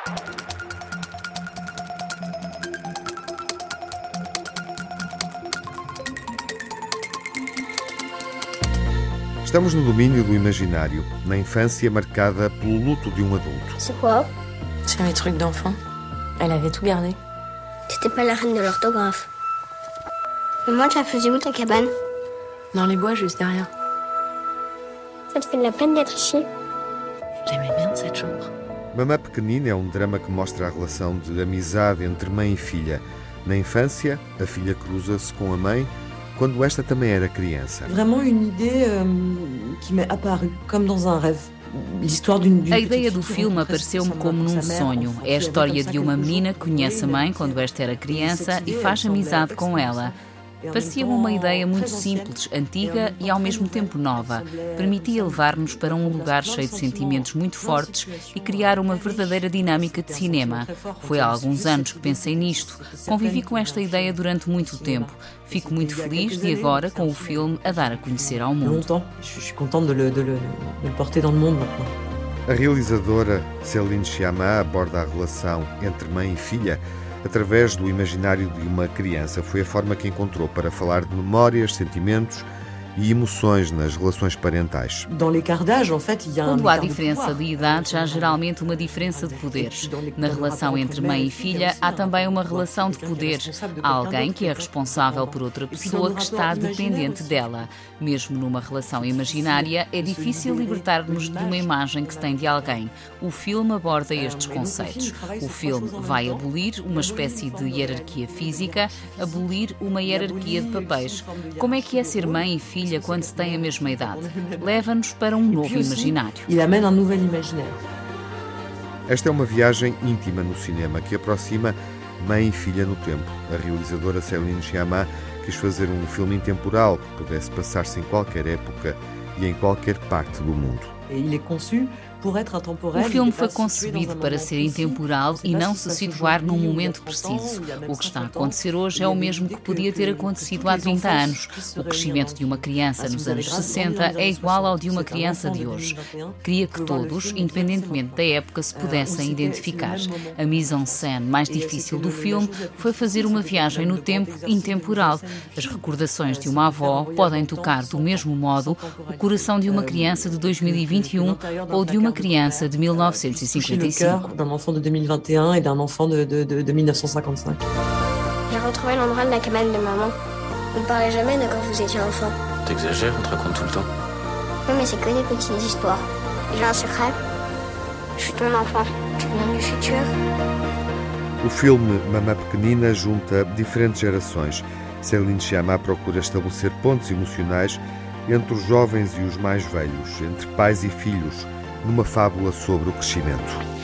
Estamos no domínio do imaginário, na infância marcada pelo luto de um adulto. C'est quoi? C'est mes trucs d'enfant. Elle avait tout gardé. T'étais pas la reine de l'orthographe. Mais moi, tu la faisais où ta cabane? Dans les bois, juste derrière. Ça te fait de la peine d'être ici? J'aimais bien cette chambre. Mamã Pequenina é um drama que mostra a relação de amizade entre mãe e filha. Na infância, a filha cruza-se com a mãe quando esta também era criança. Vraiment une idée qui m'est apparue comme dans un rêve. A ideia do filme apareceu-me como num sonho. É a história de uma menina que conhece a mãe quando esta era criança e faz amizade com ela. Parecia-me uma ideia muito simples, antiga e ao mesmo tempo nova. Permitia levar-nos para um lugar cheio de sentimentos muito fortes e criar uma verdadeira dinâmica de cinema. Foi há alguns anos que pensei nisto. Convivi com esta ideia durante muito tempo. Fico muito feliz de agora, com o filme, a dar a conhecer ao mundo. Suis contente de le porter dans le monde maintenant. A realizadora Céline Sciamma aborda a relação entre mãe e filha através do imaginário de uma criança. Foi a forma que encontrou para falar de memórias, sentimentos e emoções nas relações parentais. Quando há diferença de idades, há geralmente uma diferença de poderes. Na relação entre mãe e filha, há também uma relação de poderes. Há alguém que é responsável por outra pessoa que está dependente dela. Mesmo numa relação imaginária, é difícil libertar-nos de uma imagem que se tem de alguém. O filme aborda estes conceitos. O filme vai abolir uma espécie de hierarquia física, abolir uma hierarquia de papéis. Como é que é ser mãe e filha quando se tem a mesma idade? Leva-nos para um novo imaginário. Esta é uma viagem íntima no cinema que aproxima mãe e filha no tempo. A realizadora Céline Sciamma quis fazer um filme intemporal que pudesse passar-se em qualquer época e em qualquer parte do mundo. O filme foi concebido para ser intemporal e não se situar num momento preciso. O que está a acontecer hoje é o mesmo que podia ter acontecido há 30 anos. O crescimento de uma criança nos anos 60 é igual ao de uma criança de hoje. Queria que todos, independentemente da época, se pudessem identificar. A mise-en-scène mais difícil do filme foi fazer uma viagem no tempo intemporal. As recordações de uma avó podem tocar do mesmo modo o coração de uma criança de 2021 ou de uma criança de 1955. D'un enfant de 2021 et d'un enfant de 1955. J'ai retrouvé l'endroit de la cabane de maman. On ne parlait jamais de quand vous étiez enfant. T'exagères, on te raconte tout le temps. Oui, mais c'est que des petites histoires. J'ai un secret. Je suis ton enfant. Tu viens du futur. O filme Mamã Pequenina junta diferentes gerações. Céline Sciamma procura estabelecer pontos emocionais entre os jovens e os mais velhos, entre pais e filhos, numa fábula sobre o crescimento.